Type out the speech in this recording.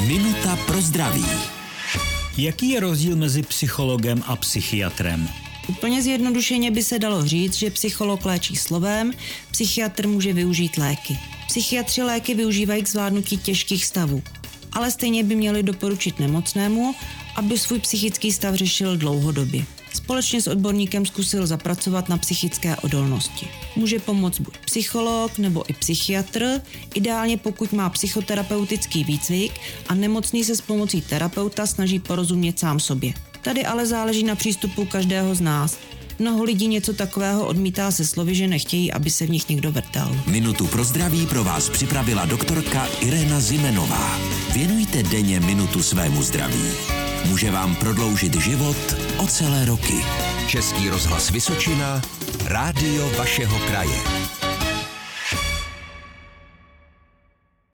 Minuta pro zdraví. Jaký je rozdíl mezi psychologem a psychiatrem? Úplně zjednodušeně by se dalo říct, že psycholog léčí slovem, psychiatr může využít léky. Psychiatři léky využívají k zvládnutí těžkých stavů, ale stejně by měli doporučit nemocnému, aby svůj psychický stav řešil dlouhodobě. Společně s odborníkem zkusil zapracovat na psychické odolnosti. Může pomoct buď psycholog nebo i psychiatr, ideálně pokud má psychoterapeutický výcvik a nemocný se s pomocí terapeuta snaží porozumět sám sobě. Tady ale záleží na přístupu každého z nás. Mnoho lidí něco takového odmítá se slovy, že nechtějí, aby se v nich někdo vrtal. Minutu pro zdraví pro vás připravila doktorka Irena Zimenová. Věnujte denně minutu svému zdraví. Může vám prodloužit život o celé roky. Český rozhlas Vysočina, rádio vašeho kraje.